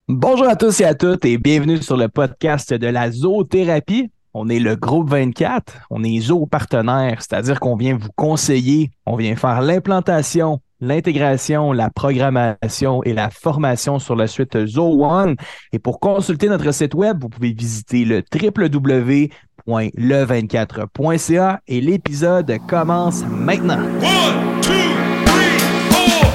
Bonjour à tous et à toutes et bienvenue sur le podcast de la zoothérapie. On est le groupe 24, on est zoopartenaire, c'est-à-dire qu'on vient vous conseiller, on vient faire l'implantation, l'intégration, la programmation et la formation sur la suite Zoo One. Et pour consulter notre site web, vous pouvez visiter le www.le24.ca et l'épisode commence maintenant. One, two, three, four.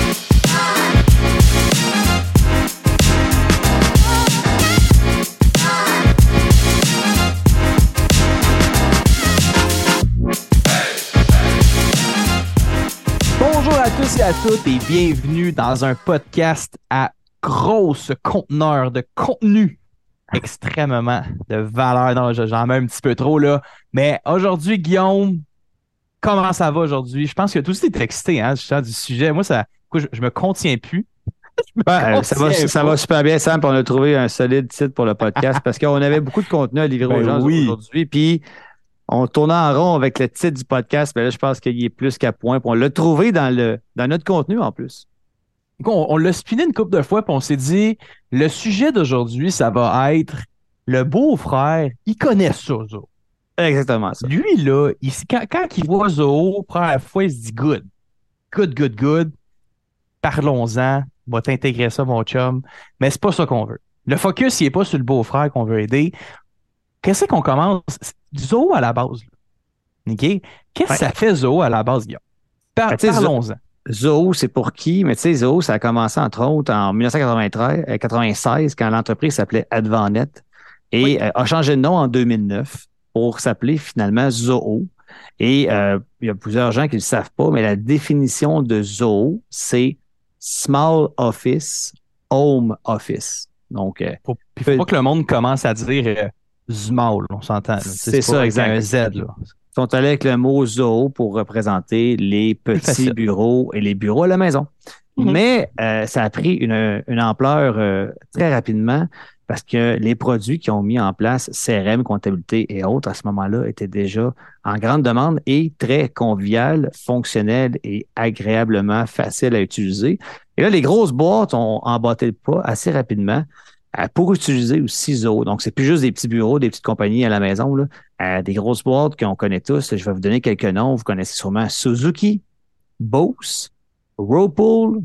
Bonjour à tous et à toutes et bienvenue dans un podcast à grosse conteneur de contenu extrêmement de valeur. Non, j'en mets un petit peu trop là. Mais aujourd'hui, Guillaume, comment ça va aujourd'hui? Je pense que tout est excité, hein, du sujet. Moi, je me contiens plus. Ça va super bien, Sam. Puis on a trouvé un solide titre pour le podcast parce qu'on avait beaucoup de contenu à livrer aux gens aujourd'hui. Puis on tournait en rond avec le titre du podcast. Mais là, je pense qu'il est plus qu'à point. Puis on l'a trouvé dans notre contenu en plus. On l'a spiné une couple de fois, puis on s'est dit, le sujet d'aujourd'hui, ça va être le beau-frère, il connaît ça, Zo. Exactement ça. Lui, là, quand il voit Zo, première fois, il se dit good. Good, good, good. Parlons-en. Va t'intégrer ça, mon chum. Mais c'est pas ça qu'on veut. Le focus, il n'est pas sur le beau-frère qu'on veut aider. Qu'est-ce qu'on commence? Zo à la base. Là. OK? Qu'est-ce que ça fait, Zo à la base, Guillaume? Parlons-en. Zoo, c'est pour qui? Mais tu sais, Zoo, ça a commencé entre autres en 1996 quand l'entreprise s'appelait Advanet et a changé de nom en 2009 pour s'appeler finalement Zoo. Et il y a plusieurs gens qui ne le savent pas, mais la définition de Zoo, c'est Small Office, Home Office. Donc, il ne faut pas que le monde commence à dire small, on s'entend. C'est ça, exactement. Un Z, là. Ils sont allés avec le mot zoo pour représenter les petits bureaux et les bureaux à la maison. Mm-hmm. Mais ça a pris une ampleur très rapidement parce que les produits qui ont mis en place, CRM, comptabilité et autres, à ce moment-là, étaient déjà en grande demande et très convivial, fonctionnel et agréablement facile à utiliser. Et là, les grosses boîtes ont emboîté le pas assez rapidement pour utiliser aussi Zoho. Donc, c'est plus juste des petits bureaux, des petites compagnies à la maison, là. Des grosses boîtes qu'on connaît tous. Je vais vous donner quelques noms. Vous connaissez sûrement Suzuki, Bose, Whirlpool,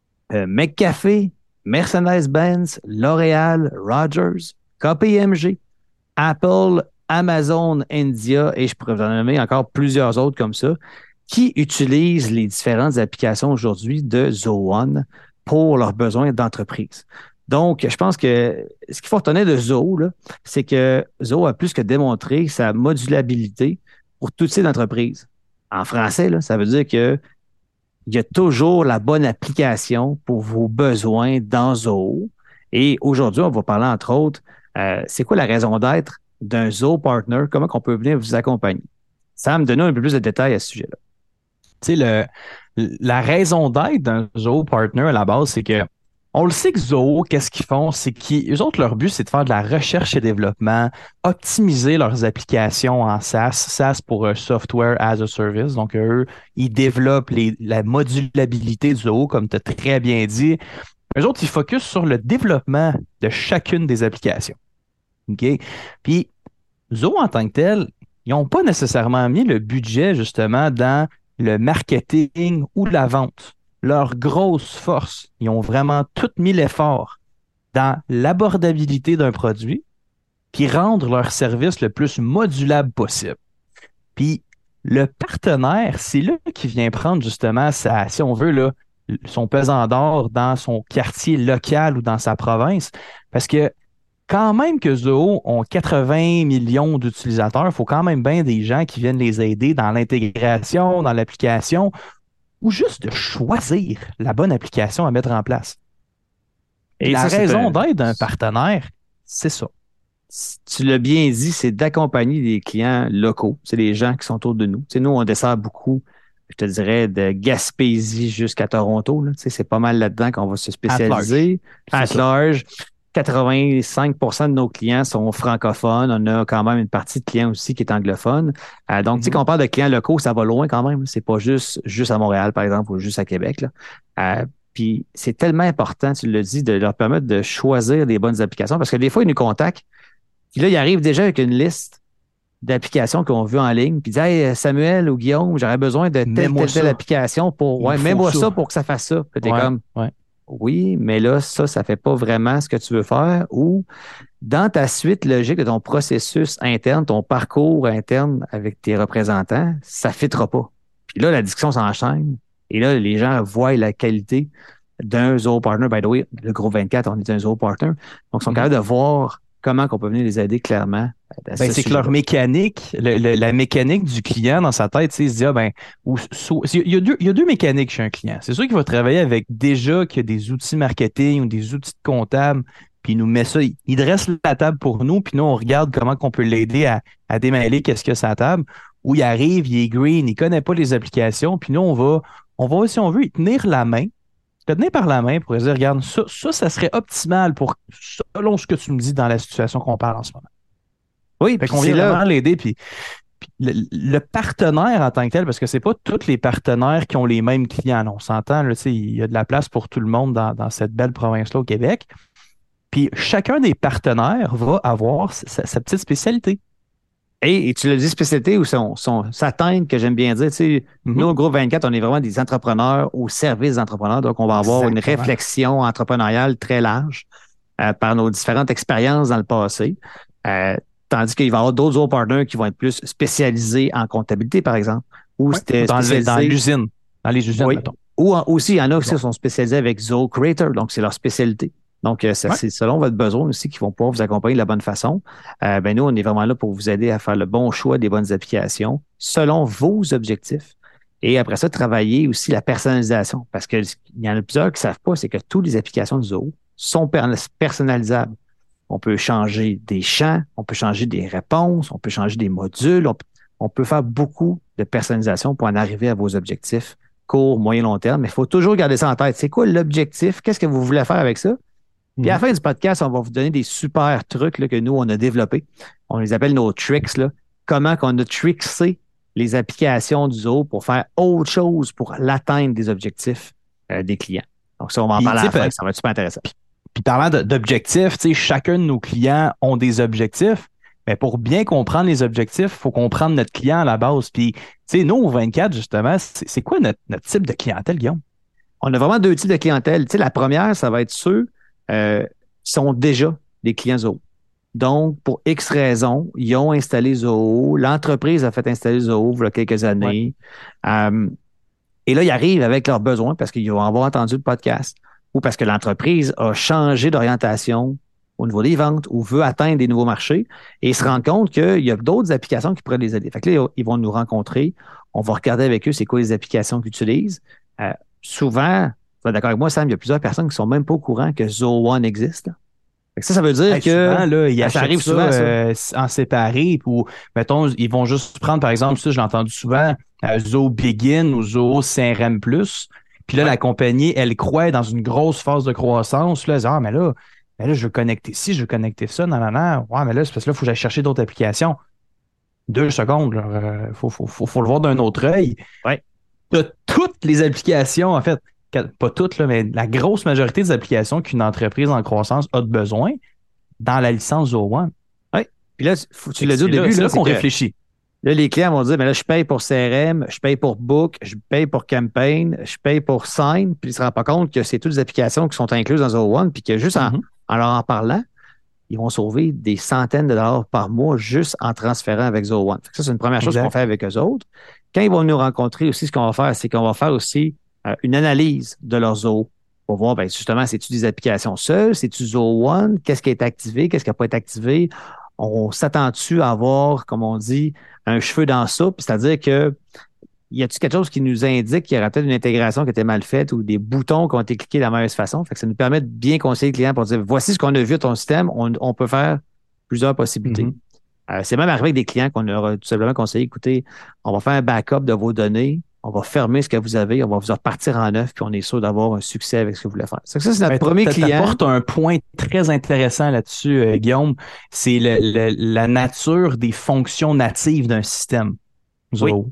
McCafé, Mercedes-Benz, L'Oréal, Rogers, KPMG, Apple, Amazon, India, et je pourrais vous en nommer encore plusieurs autres comme ça, qui utilisent les différentes applications aujourd'hui de Zoho One pour leurs besoins d'entreprise. Donc, je pense que ce qu'il faut retenir de Zoho, là, c'est que Zoho a plus que démontré sa modulabilité pour toutes ces entreprises. En français, là, ça veut dire qu'il y a toujours la bonne application pour vos besoins dans Zoho. Et aujourd'hui, on va parler, entre autres, c'est quoi la raison d'être d'un Zoho Partner? Comment on peut venir vous accompagner? Sam, donne-nous un peu plus de détails à ce sujet-là. Tu sais, la raison d'être d'un Zoho Partner à la base, c'est que on le sait que Zoho, qu'est-ce qu'ils font? C'est qu'eux autres, leur but, c'est de faire de la recherche et développement, optimiser leurs applications en SaaS. SaaS pour Software as a Service. Donc, eux, ils développent la modulabilité de Zoho, comme tu as très bien dit. Eux autres, ils focusent sur le développement de chacune des applications. OK? Puis, Zoho, en tant que tel, ils n'ont pas nécessairement mis le budget, justement, dans le marketing ou la vente. Leur grosse force, ils ont vraiment tout mis l'effort dans l'abordabilité d'un produit, puis rendre leur service le plus modulable possible. Puis le partenaire, c'est là qu'il vient prendre justement si on veut, là, son pesant d'or dans son quartier local ou dans sa province, parce que quand même que Zoho ont 80 millions d'utilisateurs, il faut quand même bien des gens qui viennent les aider dans l'intégration, dans l'application, ou juste de choisir la bonne application à mettre en place. Et la raison d'être d'un partenaire, c'est ça. Tu l'as bien dit, c'est d'accompagner des clients locaux. C'est les gens qui sont autour de nous. Tu sais, nous, on dessert beaucoup, je te dirais, de Gaspésie jusqu'à Toronto. Là. Tu sais, c'est pas mal là-dedans qu'on va se spécialiser. At large. 85% de nos clients sont francophones. On a quand même une partie de clients aussi qui est anglophone. Donc, tu sais, quand on parle de clients locaux, ça va loin quand même. C'est pas juste à Montréal, par exemple, ou juste à Québec. Là. Puis c'est tellement important, tu le dis, de leur permettre de choisir des bonnes applications parce que des fois, ils nous contactent. Puis là, ils arrivent déjà avec une liste d'applications qu'on veut en ligne. Puis ils disent Hey, Samuel ou Guillaume, j'aurais besoin de telle application pour. Ouais, mets-moi ça pour que ça fasse ça. Puis t'es comme oui, mais là, ça fait pas vraiment ce que tu veux faire. Ou dans ta suite logique de ton processus interne, ton parcours interne avec tes représentants, ça ne fitera pas. Puis là, la discussion s'enchaîne. Et là, les gens voient la qualité d'un Zoho Partner. By the way, le groupe 24, on est un Zoho Partner. Donc, ils sont capables de voir comment on peut venir les aider clairement. C'est que leur mécanique, la mécanique du client dans sa tête, il se dit, il y a deux mécaniques chez un client. C'est sûr qu'il va travailler avec déjà qu'il y a des outils marketing ou des outils de comptable, puis il nous met ça, il dresse la table pour nous, puis nous, on regarde comment on peut l'aider à démêler qu'est-ce qu'il y a sur la table, où il arrive, il est green, il ne connaît pas les applications, puis nous, on va, si on veut, y tenir la main, te tenir par la main pour dire, regarde, ça serait optimal selon ce que tu me dis dans la situation qu'on parle en ce moment. Oui, puis on vient vraiment l'aider, puis le partenaire en tant que tel, parce que c'est pas tous les partenaires qui ont les mêmes clients. Là, on s'entend, là, il y a de la place pour tout le monde dans cette belle province-là au Québec. Puis chacun des partenaires va avoir sa petite spécialité. Et tu l'as dit, spécialité ou sa teinte, que j'aime bien dire. Nous, au groupe 24, on est vraiment des entrepreneurs au service des entrepreneurs. Donc, on va avoir une réflexion entrepreneuriale très large par nos différentes expériences dans le passé. Tandis qu'il va y avoir d'autres Zoho partners qui vont être plus spécialisés en comptabilité, par exemple. Ou dans l'usine. Dans les usines, mettons. Ou aussi, il y en a aussi qui sont spécialisés avec Zoho Creator. Donc, c'est leur spécialité. Donc, c'est selon votre besoin aussi qu'ils vont pouvoir vous accompagner de la bonne façon. Nous, on est vraiment là pour vous aider à faire le bon choix des bonnes applications selon vos objectifs. Et après ça, travailler aussi la personnalisation. Parce qu'il y en a plusieurs qui ne savent pas, c'est que toutes les applications de Zoho sont personnalisables. On peut changer des champs, on peut changer des réponses, on peut changer des modules. On peut faire beaucoup de personnalisation pour en arriver à vos objectifs court, moyen, long terme. Mais il faut toujours garder ça en tête. C'est quoi l'objectif? Qu'est-ce que vous voulez faire avec ça? Puis à la fin du podcast, on va vous donner des super trucs là, que nous, on a développés. On les appelle nos tricks. Là. Comment qu'on a tricksé les applications du Zoho pour faire autre chose pour l'atteindre des objectifs des clients. Donc ça, on va en parler à la fin. Ça va être super intéressant. Puis parlant d'objectifs, chacun de nos clients ont des objectifs. Mais pour bien comprendre les objectifs, il faut comprendre notre client à la base. Puis, nous, au 24, justement, c'est quoi notre type de clientèle, Guillaume? On a vraiment deux types de clientèle. La première, ça va être ceux qui sont déjà des clients Zoho. Donc, pour X raisons, ils ont installé Zoho. L'entreprise a fait installer Zoho il y a quelques années. Et là, ils arrivent avec leurs besoins parce qu'ils vont avoir entendu le podcast ou parce que l'entreprise a changé d'orientation au niveau des ventes ou veut atteindre des nouveaux marchés et ils se rendent compte qu'il y a d'autres applications qui pourraient les aider. Fait que là, ils vont nous rencontrer. On va regarder avec eux c'est quoi les applications qu'ils utilisent. Souvent, tu vas être d'accord avec moi, Sam, il y a plusieurs personnes qui ne sont même pas au courant que Zoho One existe. Là. Ça veut dire que souvent, là, ça arrive souvent en séparé. Ou, mettons, ils vont juste prendre, par exemple, ça, je l'ai entendu souvent, Zoho Begin ou Zoho CRM+. Puis là, la compagnie, elle croit dans une grosse phase de croissance. Là, elle dit, mais là, je veux connecter ci, je veux connecter ça. Non. Ouais, mais là, c'est parce que là, il faut que j'aille chercher d'autres applications. 2 secondes, il faut le voir d'un autre œil. Ouais. Tu as toutes les applications, en fait. Pas toutes, là, mais la grosse majorité des applications qu'une entreprise en croissance a de besoin dans la licence Zoho One. Oui. Puis là, tu l'as dit au début. C'est là qu'on réfléchit. Là, les clients vont dire, mais là, je paye pour CRM, je paye pour Book, je paye pour Campaign, je paye pour Sign, puis ils ne se rendent pas compte que c'est toutes les applications qui sont incluses dans Zoho One, puis que juste en leur en parlant, ils vont sauver des centaines de dollars par mois juste en transférant avec Zoho One. Ça, c'est une première chose qu'on fait avec eux autres. Quand ils vont nous rencontrer aussi, ce qu'on va faire, c'est qu'on va faire aussi une analyse de leur Zoho pour voir, justement, c'est-tu des applications seules? C'est-tu Zoho One? Qu'est-ce qui est activé? Qu'est-ce qui n'a pas été activé? On s'attend-tu à avoir, comme on dit, un cheveu dans la soupe? C'est-à-dire que y a-t-il quelque chose qui nous indique qu'il y aurait peut-être une intégration qui était mal faite ou des boutons qui ont été cliqués de la mauvaise façon? Fait que ça nous permet de bien conseiller le client pour dire, voici ce qu'on a vu à ton système, on peut faire plusieurs possibilités. C'est même arrivé avec des clients qu'on leur a tout simplement conseillé, écoutez, on va faire un backup de vos données, on va fermer ce que vous avez, on va vous repartir en neuf, puis on est sûr d'avoir un succès avec ce que vous voulez faire. Ça, c'est notre premier client. Tu apportes un point très intéressant là-dessus, Guillaume. C'est la nature des fonctions natives d'un système Zoho.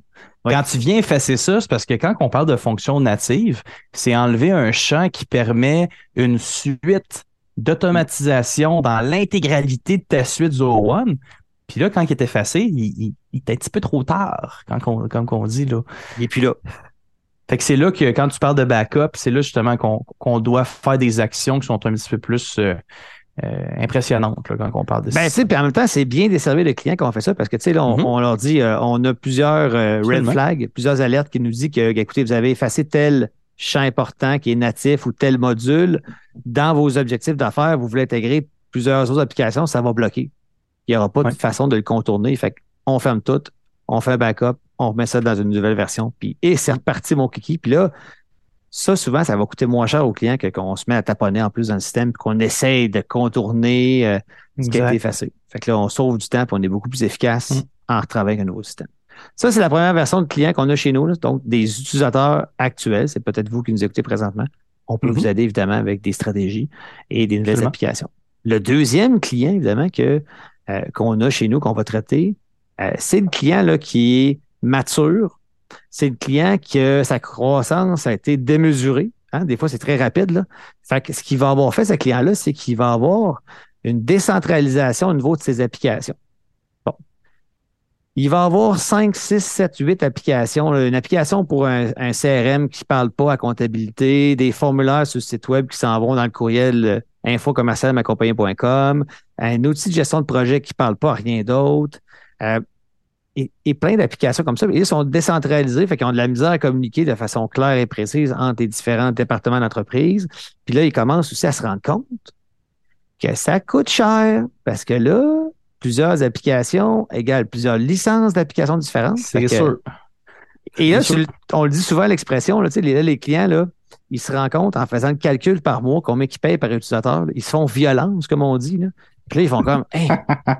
Oui. Quand tu viens effacer ça, c'est parce que quand on parle de fonction native, c'est enlever un champ qui permet une suite d'automatisation dans l'intégralité de ta suite Zoho One. Puis là, quand il est effacé, il est un petit peu trop tard, comme on dit, là. Et puis là, Fait que c'est là que quand tu parles de backup, c'est là justement qu'on doit faire des actions qui sont un petit peu plus impressionnantes là, quand on parle de ben, tu ça. sais, puis en même temps, c'est bien desservir le client quand on fait ça parce que, tu sais, là, Mhm. on leur dit, on a plusieurs red Absolument. flags, plusieurs alertes qui nous disent que, écoutez, vous avez effacé tel champ important qui est natif ou tel module dans vos objectifs d'affaires, vous voulez intégrer plusieurs autres applications, ça va bloquer. Il n'y aura pas de Ouais. façon de le contourner. Fait qu'on ferme tout, on fait un backup, on remet ça dans une nouvelle version, et c'est reparti mon kiki. Puis là, ça, souvent, ça va coûter moins cher au client que qu'on se met à taponner en plus dans le système, puis qu'on essaye de contourner ce qui a été Exact. effacé. Fait que là, on sauve du temps, puis on est beaucoup plus efficace Mm. en retravaillant un nouveau système. Ça, c'est la première version de client qu'on a chez nous, là. Donc des utilisateurs actuels. C'est peut-être vous qui nous écoutez présentement. On peut Mhm. vous aider, évidemment, avec des stratégies et des nouvelles Absolument. applications. Le deuxième client, évidemment, qu'on a chez nous, qu'on va traiter, c'est le client là, qui est mature. C'est le client que sa croissance a été démesurée. Hein? Des fois, c'est très rapide. Là. Fait que ce qu'il va avoir fait, ce client-là, c'est qu'il va avoir une décentralisation au niveau de ses applications. Bon. Il va avoir 5, 6, 7, 8 applications. Là. Une application pour un CRM qui ne parle pas à comptabilité, des formulaires sur le site web qui s'en vont dans le courriel info@macompagnie.com, un outil de gestion de projet qui ne parle pas à rien d'autre. Et plein d'applications comme ça. Et ils sont décentralisés, fait qu'ils ont de la misère à communiquer de façon claire et précise entre les différents départements d'entreprise. Puis là, ils commencent aussi à se rendre compte que ça coûte cher parce que là, plusieurs applications égale plusieurs licences d'applications différentes. Fait C'est que- sûr. Et là, C'est sûr. on le dit souvent l'expression, là, tu sais, les clients, là, ils se rendent compte en faisant le calcul par mois combien ils payent par utilisateur. Là. Ils se font violence, comme on dit. Là. Puis là, ils font comme Hey,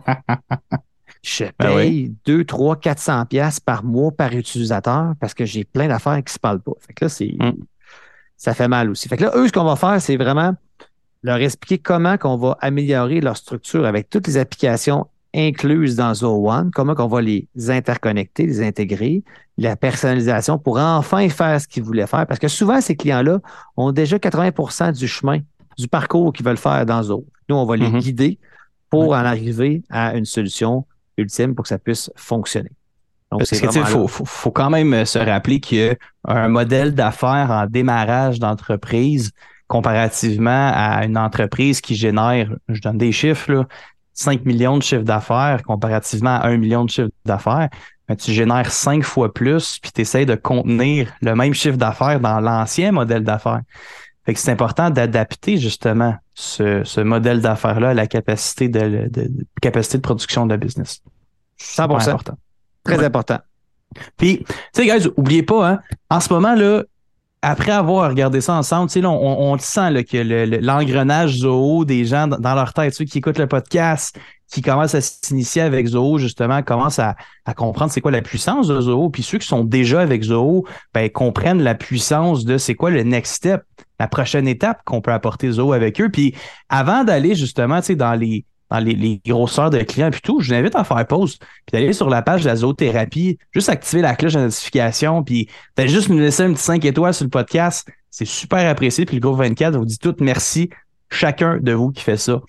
je Ben oui. paye 2, 3, 400 pièces par mois par utilisateur parce que j'ai plein d'affaires qui ne se parlent pas. Fait que là, ça fait mal aussi. Fait que là, eux, ce qu'on va faire, c'est vraiment leur expliquer comment qu'on va améliorer leur structure avec toutes les applications incluses dans Zoho One, comment qu'on va les interconnecter, les intégrer, la personnalisation pour enfin faire ce qu'ils voulaient faire. Parce que souvent, ces clients-là ont déjà 80% du chemin, du parcours qu'ils veulent faire dans Zoho. Nous, on va les Mhm. guider pour Ouais. en arriver à une solution ultime pour que ça puisse fonctionner. Donc, Parce c'est que, tu sais, vraiment là. faut quand même se rappeler qu'un modèle d'affaires en démarrage d'entreprise, comparativement à une entreprise qui génère, je donne des chiffres, là, 5 millions de chiffres d'affaires, comparativement à 1 million de chiffres d'affaires, ben, tu génères 5 fois plus, puis tu essaies de contenir le même chiffre d'affaires dans l'ancien modèle d'affaires. Fait que c'est important d'adapter justement ce modèle d'affaires-là à la capacité capacité de production de la business. Super 100%. important. Très Ouais. important. Puis, tu sais, guys, oubliez pas, hein, en ce moment, là, après avoir regardé ça ensemble, tu sais, là, on le sent là, que l'engrenage Zoho des gens dans leur tête, ceux qui écoutent le podcast, qui commencent à s'initier avec Zoho, justement, commencent à comprendre c'est quoi la puissance de Zoho. Puis ceux qui sont déjà avec Zoho, ben, comprennent la puissance de c'est quoi le next step, la prochaine étape qu'on peut apporter Zoho avec eux. Puis avant d'aller justement, tu sais, dans les grosseurs de clients puis tout, je vous invite à faire pause puis d'aller sur la page de la zoothérapie, juste activer la cloche de notification puis peut-être juste nous laisser un petit 5 étoiles sur le podcast. C'est super apprécié. Puis le groupe 24 vous dit tout merci, chacun de vous qui fait ça.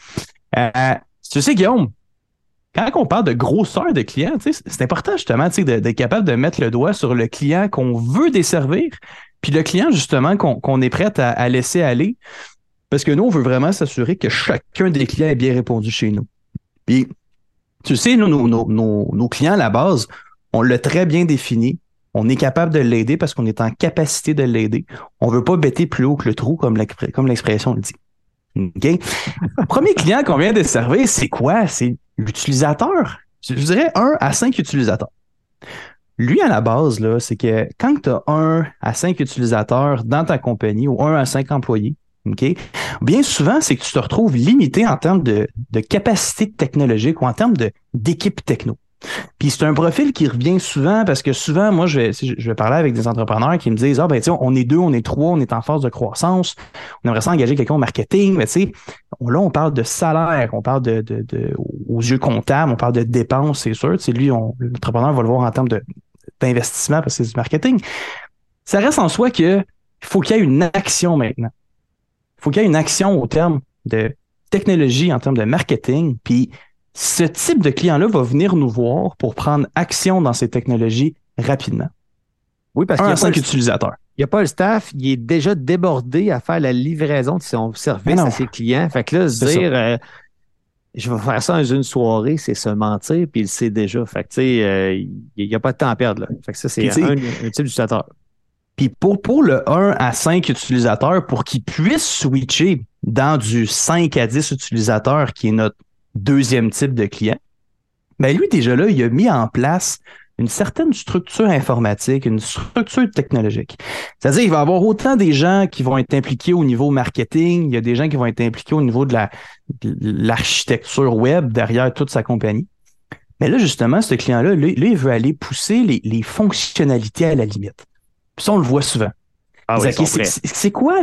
Tu sais, Guillaume, quand on parle de grosseur de clients, c'est important justement d'être capable de mettre le doigt sur le client qu'on veut desservir, puis le client justement qu'on est prêt à laisser aller. Parce que nous, on veut vraiment s'assurer que chacun des clients est bien répondu chez nous. Puis, tu sais, nous, nos clients à la base, on l'a très bien défini. On est capable de l'aider parce qu'on est en capacité de l'aider. On ne veut pas bêter plus haut que le trou, comme l'expression le dit. OK? Le premier client qu'on vient de servir, c'est quoi? C'est l'utilisateur. Je dirais 1 à 5 utilisateurs. Lui, à la base, là, c'est que quand tu as 1 à 5 utilisateurs dans ta compagnie ou 1 à 5 employés, OK? Bien souvent, c'est que tu te retrouves limité en termes de capacité technologique ou en termes d'équipe techno. Puis c'est un profil qui revient souvent parce que souvent, moi, je vais parler avec des entrepreneurs qui me disent ben, tu sais, on est 2, on est 3, on est en phase de croissance, on aimerait ça engager quelqu'un au marketing, mais tu sais, là, on parle de salaire, on parle aux yeux comptables, on parle de dépenses, c'est sûr. Tu sais, lui, l'entrepreneur va le voir en termes de d'investissement parce que c'est du marketing. Ça reste en soi que il faut qu'il y ait une action maintenant. Il faut qu'il y ait une action au terme de technologie, en termes de marketing. Puis ce type de client-là va venir nous voir pour prendre action dans ces technologies rapidement. Oui, parce 1 qu'il à 5 utilisateurs. Il n'y a pas le staff, il est déjà débordé à faire la livraison de son service à ses clients. Fait que là, se dire, je vais faire ça dans une soirée, c'est se mentir, puis il le sait déjà. Fait que, tu sais, il n'y a pas de temps à perdre, là. Fait que ça, c'est un type d'utilisateur. Puis pour le 1 à 5 utilisateurs, pour qu'ils puissent switcher dans du 5 à 10 utilisateurs, qui est notre deuxième type de client, ben lui, déjà là, il a mis en place une certaine structure informatique, une structure technologique. C'est-à-dire, il va y avoir autant des gens qui vont être impliqués au niveau marketing, il y a des gens qui vont être impliqués au niveau de l'architecture web derrière toute sa compagnie. Mais là, justement, ce client-là, là, il veut aller pousser les fonctionnalités à la limite. Puis ça, on le voit souvent. Ah oui, c'est quoi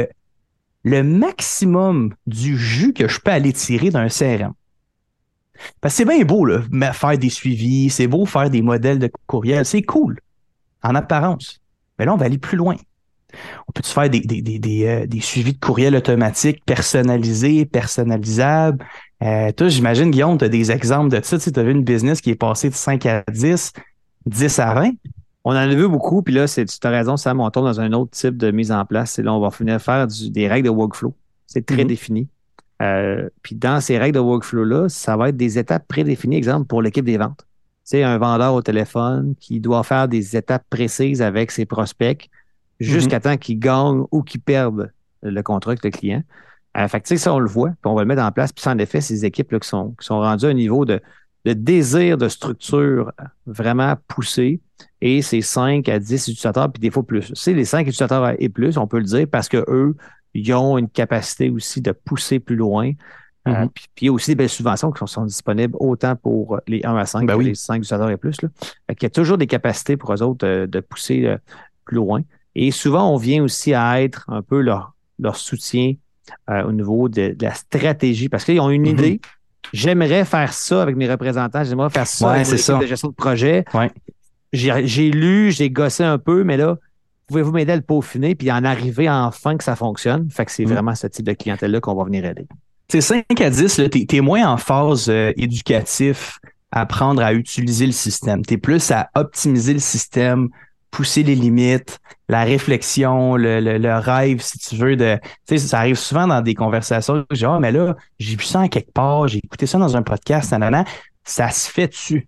le maximum du jus que je peux aller tirer d'un CRM? Parce que c'est bien beau, là, faire des suivis, c'est beau faire des modèles de courriel, c'est cool, en apparence. Mais là, on va aller plus loin. On peut-tu faire des suivis de courriel automatiques personnalisables? Toi, j'imagine, Guillaume, tu as des exemples de ça. Tu as vu une business qui est passée de 5 à 10, 10 à 20. On en a vu beaucoup, puis là, tu as raison, Sam, on tombe dans un autre type de mise en place. Et là, on va finir faire des règles de workflow. C'est très défini. Puis dans ces règles de workflow-là, ça va être des étapes prédéfinies, exemple, pour l'équipe des ventes. C'est un vendeur au téléphone qui doit faire des étapes précises avec ses prospects jusqu'à temps qu'il gagne ou qu'il perde le contrat avec le client. Fait que, tu sais, ça, on le voit, puis on va le mettre en place. Puis en effet, ces équipes-là qui sont rendues à un niveau de désir de structure vraiment poussé, et c'est 5 à 10 utilisateurs, puis des fois plus. C'est les 5 utilisateurs et plus, on peut le dire, parce que eux, ils ont une capacité aussi de pousser plus loin. Puis il y a aussi des belles subventions qui sont disponibles autant pour les 1 à 5 que les 5 utilisateurs et plus. Là. Fait qu'il y a toujours des capacités pour eux autres de pousser plus loin. Et souvent, on vient aussi à être un peu leur soutien au niveau de la stratégie, parce qu'ils ont une idée. J'aimerais faire ça avec mes représentants, j'aimerais faire ça avec l'équipe de gestion de projet. Ouais. J'ai lu, j'ai gossé un peu, mais là, pouvez-vous m'aider à le peaufiner puis en arriver enfin que ça fonctionne? Fait que c'est vraiment ce type de clientèle-là qu'on va venir aider. C'est 5 à 10, tu es moins en phase éducatif, apprendre à utiliser le système. Tu es plus à optimiser le système, pousser les limites, la réflexion, le rêve, si tu veux. Ça arrive souvent dans des conversations. Genre, mais là, j'ai vu ça en quelque part, j'ai écouté ça dans un podcast, nanana. Ça se fait dessus.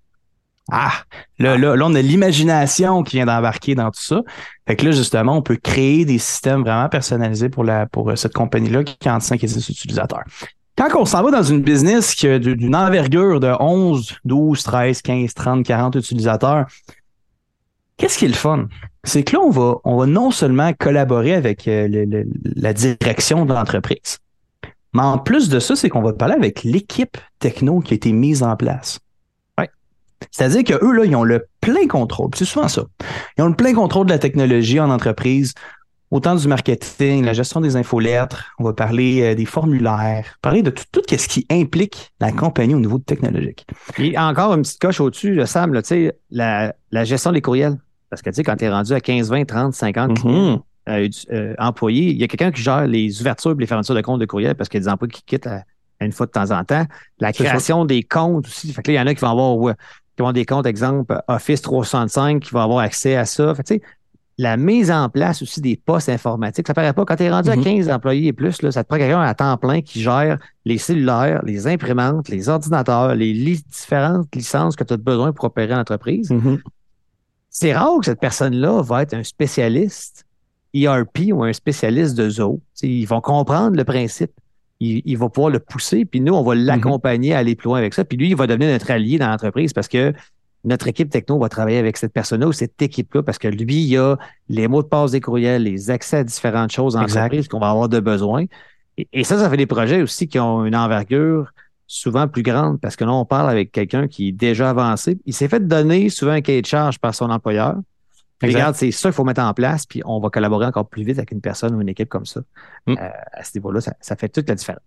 Là, on a l'imagination qui vient d'embarquer dans tout ça. Fait que là, justement, on peut créer des systèmes vraiment personnalisés pour cette compagnie-là qui a entre 5 et 10 utilisateurs. Quand on s'en va dans une business qui a d'une envergure de 11, 12, 13, 15, 30, 40 utilisateurs, qu'est-ce qui est le fun? C'est que là, on va non seulement collaborer avec la direction de l'entreprise, mais en plus de ça, c'est qu'on va parler avec l'équipe techno qui a été mise en place. C'est-à-dire qu'eux, là, ils ont le plein contrôle. C'est souvent ça. Ils ont le plein contrôle de la technologie en entreprise, autant du marketing, la gestion des infolettres. On va parler des formulaires, parler de tout ce qui implique la compagnie au niveau technologique. Et encore une petite coche au-dessus, Sam, là, la gestion des courriels. Parce que quand tu es rendu à 15, 20, 30, 50 clients, employés, il y a quelqu'un qui gère les ouvertures et les fermetures de comptes de courriel parce qu'il y a des employés qui quittent à une fois de temps en temps. La création des comptes aussi. Fait que là, il y en a qui vont avoir... qui ont des comptes, exemple, Office 365, qui vont avoir accès à ça. Fait que, la mise en place aussi des postes informatiques, ça paraît pas. Quand tu es rendu à 15 employés et plus, là, ça te prend quelqu'un à temps plein qui gère les cellulaires, les imprimantes, les ordinateurs, les différentes licences que tu as besoin pour opérer l'entreprise. C'est rare que cette personne-là va être un spécialiste ERP ou un spécialiste de Zoho. Ils vont comprendre le principe. Il va pouvoir le pousser, puis nous, on va l'accompagner à aller plus loin avec ça. Puis lui, il va devenir notre allié dans l'entreprise parce que notre équipe techno va travailler avec cette personne-là ou cette équipe-là parce que lui, il a les mots de passe des courriels, les accès à différentes choses en entreprise qu'on va avoir de besoin. Et ça fait des projets aussi qui ont une envergure souvent plus grande parce que là, on parle avec quelqu'un qui est déjà avancé. Il s'est fait donner souvent un cahier de charge par son employeur. Regarde, c'est ça qu'il faut mettre en place, puis on va collaborer encore plus vite avec une personne ou une équipe comme ça. À ce niveau-là, ça fait toute la différence.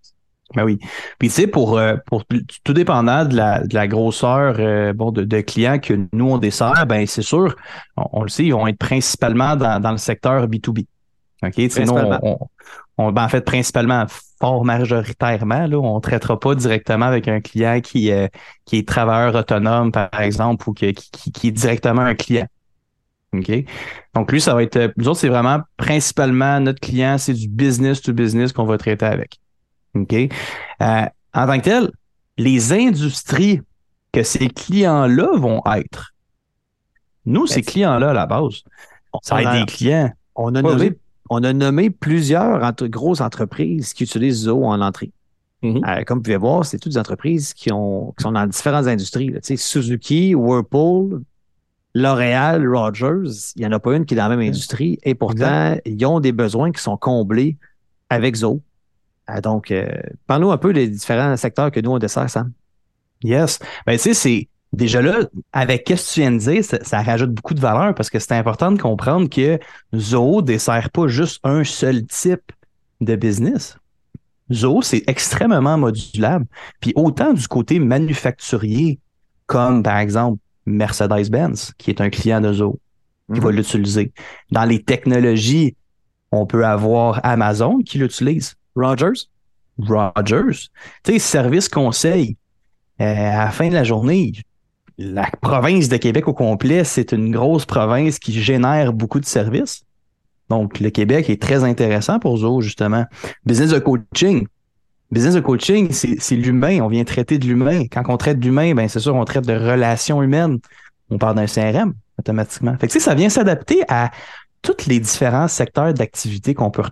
Ben oui. Puis tu sais, pour tout dépendant de la grosseur de clients que nous on dessert, ben c'est sûr, on le sait, ils vont être principalement dans le secteur B2B. OK? Tu sais, nous, Principalement. ben, en fait, principalement, fort majoritairement, là, on ne traitera pas directement avec un client qui est travailleur autonome, par exemple, ou qui est directement un client. OK? Donc, lui, ça va être. Nous autres, c'est vraiment principalement notre client, c'est du business to business qu'on va traiter avec. OK? En tant que tel, les industries que ces clients-là vont être, nous, Ben, ces clients-là, à la base, ça va on être a, des clients. on a Ouais, vas-y. on a nommé plusieurs grosses entreprises qui utilisent Zoho en entrée. Mhm. Comme vous pouvez voir, c'est toutes des entreprises qui sont dans différentes industries, là. Tu sais, Suzuki, Whirlpool, L'Oréal, Rogers, il n'y en a pas une qui est dans la même industrie et Exact. pourtant, ils ont des besoins qui sont comblés avec Zoho. Donc, parle-nous un peu des différents secteurs que nous, on dessert, Sam. Yes. Ben, tu sais, c'est déjà là, avec qu'est-ce que tu viens de dire, ça rajoute beaucoup de valeur parce que c'est important de comprendre que Zoho dessert pas juste un seul type de business. Zoho, c'est extrêmement modulable. Puis autant du côté manufacturier, comme par exemple Mercedes-Benz, qui est un client de Zoho, qui va Mhm. l'utiliser. Dans les technologies, on peut avoir Amazon qui l'utilise, Rogers? Rogers. Tu sais, service conseil. À la fin de la journée, la province de Québec au complet, c'est une grosse province qui génère beaucoup de services. Donc, le Québec est très intéressant pour Zoho, justement. Business de coaching. Business de coaching, c'est l'humain. On vient traiter de l'humain. Quand on traite d'humain, ben c'est sûr, on traite de relations humaines. On parle d'un CRM automatiquement. Fait que, tu sais, ça vient s'adapter à tous les différents secteurs d'activité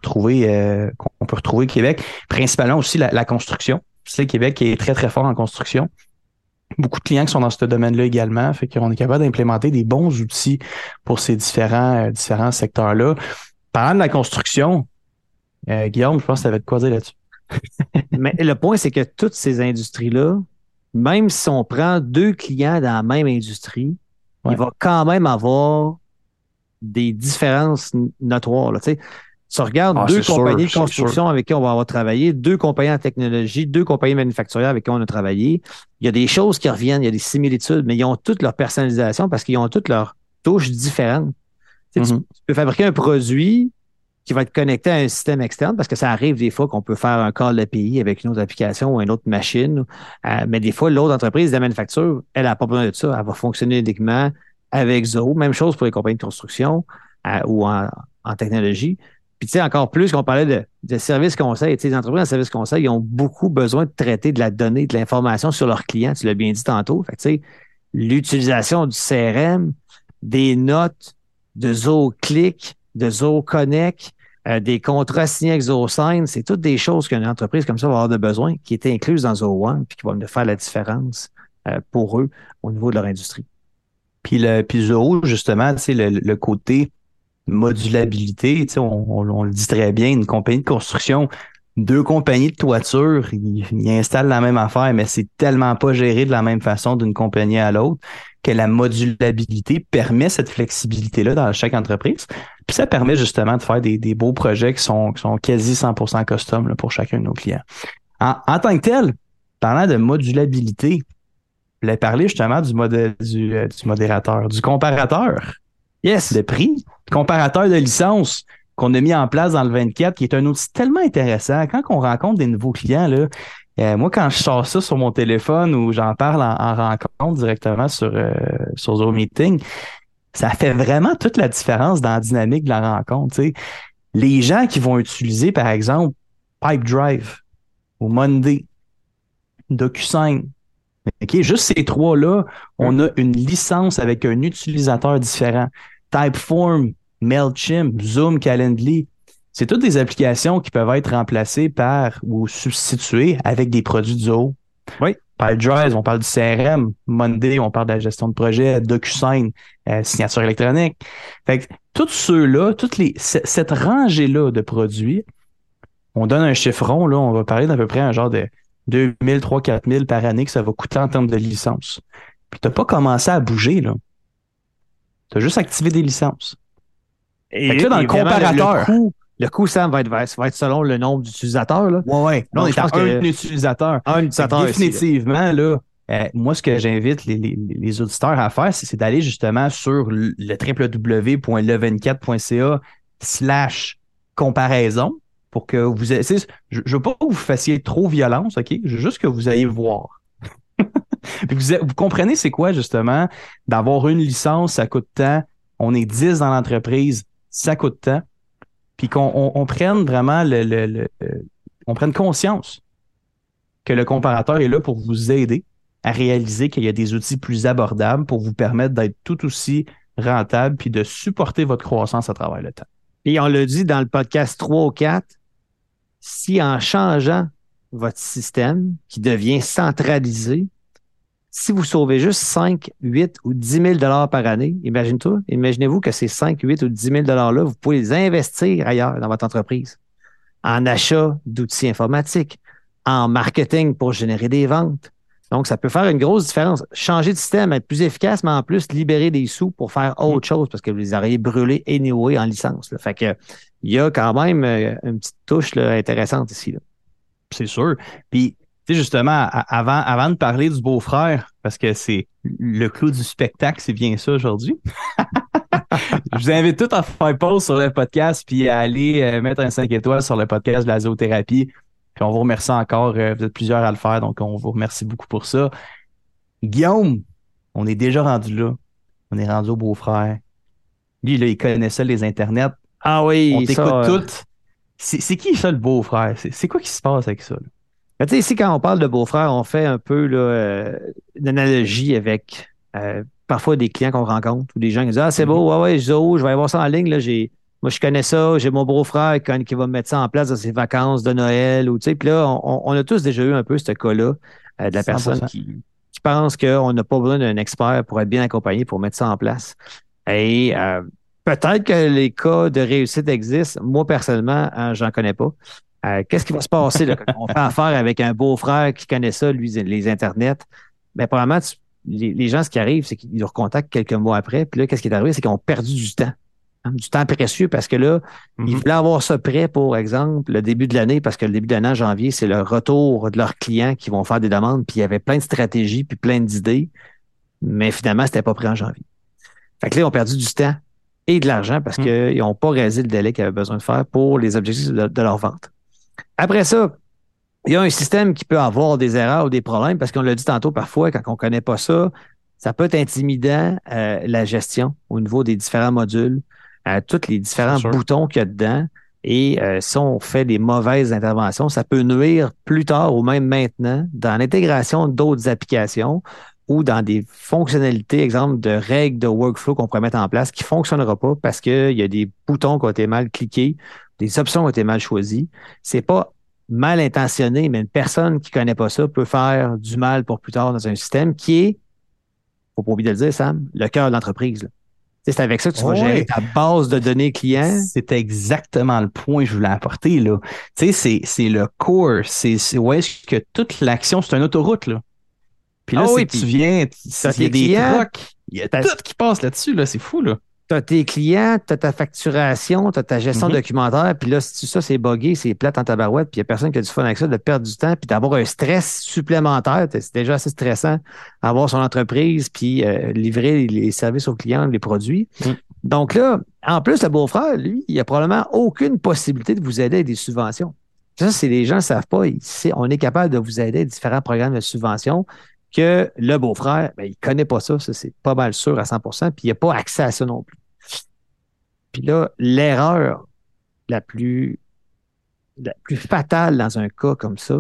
qu'on peut retrouver au Québec. Principalement aussi la construction. Tu sais, le Québec est très, très fort en construction. Beaucoup de clients qui sont dans ce domaine-là également. Fait qu'on est capable d'implémenter des bons outils pour ces différents secteurs-là. Parlant de la construction, Guillaume, je pense que tu avais de quoi dire là-dessus. Mais le point, c'est que toutes ces industries-là, même si on prend deux clients dans la même industrie, il Ouais. va quand même avoir des différences notoires, là. Tu sais, tu regardes Ah, deux c'est sûr, compagnies de c'est sûr. construction avec qui on va avoir travaillé, deux compagnies en technologie, deux compagnies manufacturières avec qui on a travaillé. Il y a des choses qui reviennent, il y a des similitudes, mais ils ont toutes leur personnalisation parce qu'ils ont toutes leurs touches différentes. Tu sais, Mhm. tu peux fabriquer un produit qui va être connecté à un système externe parce que ça arrive des fois qu'on peut faire un call API avec une autre application ou une autre machine. Mais des fois, l'autre entreprise de la manufacture, elle n'a pas besoin de ça. Elle va fonctionner uniquement avec Zoho. Même chose pour les compagnies de construction ou en technologie. Puis, tu sais, encore plus qu'on parlait de services conseils. Tu sais, les entreprises en services conseils, ils ont beaucoup besoin de traiter de la donnée, de l'information sur leurs clients. Tu l'as bien dit tantôt. Fait que, tu sais, l'utilisation du CRM, des notes de Zoho Click, de Zoho Connect, des contrats signés avec ZohoSign, c'est toutes des choses qu'une entreprise comme ça va avoir de besoin, qui étaient incluses dans Zoho One, puis qui vont venir faire la différence pour eux au niveau de leur industrie. Puis Zoho, justement, tu sais, le côté modulabilité, tu sais, on le dit très bien, une compagnie de construction, deux compagnies de toiture, ils installent la même affaire, mais c'est tellement pas géré de la même façon d'une compagnie à l'autre que la modulabilité permet cette flexibilité-là dans chaque entreprise. Puis ça permet justement de faire des beaux projets qui sont quasi 100% custom là, pour chacun de nos clients. En tant que tel, parlant de modulabilité, je voulais parler justement du modérateur, du comparateur Yes! de prix, comparateur de licence qu'on a mis en place dans le 24, qui est un outil tellement intéressant. Quand on rencontre des nouveaux clients, là, moi, quand je sors ça sur mon téléphone ou j'en parle en rencontre directement sur Zoom Meeting, ça fait vraiment toute la différence dans la dynamique de la rencontre. Tu sais. Les gens qui vont utiliser, par exemple, Pipedrive ou Monday, DocuSign, OK, juste ces trois-là, on a une licence avec un utilisateur différent. Typeform, Mailchimp, Zoom, Calendly, c'est toutes des applications qui peuvent être remplacées par ou substituées avec des produits de Zoho. Oui. Pipedrive, on parle du CRM. Monday, on parle de la gestion de projet. DocuSign, signature électronique. Fait que tous ceux-là, cette rangée-là de produits, on donne un chiffron, là, on va parler d'à peu près un genre de 2 000, 3 000, 4 000 par année que ça va coûter en termes de licence. Puis tu n'as pas commencé à bouger, là. Tu as juste activé des licences. Fait que là, dans le Évidemment, comparateur, Le coût, Sam, va être selon le nombre d'utilisateurs. Là. Ouais. Là, on Donc, est je à pense un que utilisateur. un utilisateur ici, là. Définitivement, là, moi, ce que j'invite les auditeurs à faire, c'est d'aller justement sur le www.le24.ca/comparaison pour que vous ayez. Je ne veux pas que vous fassiez trop violence, OK? Je veux juste que vous ayez voir. Puis vous comprenez c'est quoi, justement, d'avoir une licence, ça coûte tant. On est 10 dans l'entreprise, ça coûte tant. Puis qu'on prenne vraiment on prenne conscience que le comparateur est là pour vous aider à réaliser qu'il y a des outils plus abordables pour vous permettre d'être tout aussi rentable puis de supporter votre croissance à travers le temps. Et on l'a dit dans le podcast 3 ou 4, si en changeant votre système qui devient centralisé, si vous sauvez juste 5, 8 ou 10 000 par année, imaginez-vous que ces 5, 8 ou 10 000 $-là, vous pouvez les investir ailleurs dans votre entreprise, en achat d'outils informatiques, en marketing pour générer des ventes. Donc, ça peut faire une grosse différence. Changer de système, être plus efficace, mais en plus, libérer des sous pour faire autre chose parce que vous les auriez brûlés anyway en licence. Là. Fait que, il y a quand même une petite touche là, intéressante ici. Là. C'est sûr. Puis, tu sais, justement, avant de parler du beau-frère, parce que c'est le clou du spectacle, c'est bien ça aujourd'hui. Je vous invite tous à faire pause sur le podcast puis à aller mettre un 5 étoiles sur le podcast de la zoothérapie. Puis on vous remercie encore. Vous êtes plusieurs à le faire, donc on vous remercie beaucoup pour ça. Guillaume, on est déjà rendu là. On est rendu au beau-frère. Lui, là, il connaît ça, les internets. Ah oui, on t'écoute ça, toutes. C'est qui ça, le beau-frère? C'est quoi qui se passe avec ça? Tu sais, ici, quand on parle de beau-frère, on fait un peu là, une analogie avec parfois des clients qu'on rencontre ou des gens qui disent ah, c'est beau, ouais, je vais aller voir ça en ligne. Là, moi, je connais ça, j'ai mon beau-frère qui va me mettre ça en place dans ses vacances de Noël. Ou, tu sais, puis là, on a tous déjà eu un peu ce cas-là de la 100%. personne qui pense qu'on n'a pas besoin d'un expert pour être bien accompagné pour mettre ça en place. Et peut-être que les cas de réussite existent. Moi, personnellement, j'en connais pas. Qu'est-ce qui va se passer là, quand on fait affaire avec un beau-frère qui connaît ça, lui, les internets? Bien, probablement, les gens, ce qui arrive, c'est qu'ils nous recontactent quelques mois après. Puis là, qu'est-ce qui est arrivé? C'est qu'ils ont perdu du temps. Du temps précieux parce que là, ils voulaient avoir ça prêt, pour exemple, le début de l'année, parce que le début de l'année, en janvier, c'est le retour de leurs clients qui vont faire des demandes. Puis il y avait plein de stratégies, puis plein d'idées. Mais finalement, c'était pas prêt en janvier. Fait que là, ils ont perdu du temps et de l'argent parce qu'ils n'ont pas réalisé le délai qu'ils avaient besoin de faire pour les objectifs de leur vente. Après ça, il y a un système qui peut avoir des erreurs ou des problèmes parce qu'on l'a dit tantôt, parfois, quand on ne connaît pas ça, ça peut être intimidant, la gestion au niveau des différents modules, tous les différents boutons qu'il y a dedans. Et si on fait des mauvaises interventions, ça peut nuire plus tard ou même maintenant dans l'intégration d'autres applications ou dans des fonctionnalités, exemple de règles de workflow qu'on pourrait mettre en place qui ne fonctionnera pas parce qu'il y a des boutons qui ont été mal cliqués, des options qui ont été mal choisies. C'est pas mal intentionné, mais une personne qui ne connaît pas ça peut faire du mal pour plus tard dans un système qui est, faut pas oublier de le dire, Sam, le cœur de l'entreprise. Là. C'est avec ça que tu vas gérer ta base de données clients. C'est exactement le point que je voulais apporter. Là. Tu sais, c'est le core. C'est où est-ce que toute l'action, c'est une autoroute. Là. Puis là, tu viens, il y a des trucks, il y a tout qui passe là-dessus. Là. C'est fou. Là. Tu as tes clients, tu as ta facturation, tu as ta gestion documentaire, puis là, si ça, c'est buggé, c'est plate en tabarouette, puis il n'y a personne qui a du fun avec ça, de perdre du temps, puis d'avoir un stress supplémentaire. C'est déjà assez stressant avoir son entreprise, puis livrer les services aux clients, les produits. Donc là, en plus, le beau-frère, lui, il n'y a probablement aucune possibilité de vous aider avec des subventions. Ça, c'est les gens ne savent pas. On est capable de vous aider avec différents programmes de subventions que le beau-frère, il ne connaît pas ça c'est pas mal sûr à 100%, puis il n'a pas accès à ça non plus. Puis là, l'erreur la plus fatale dans un cas comme ça,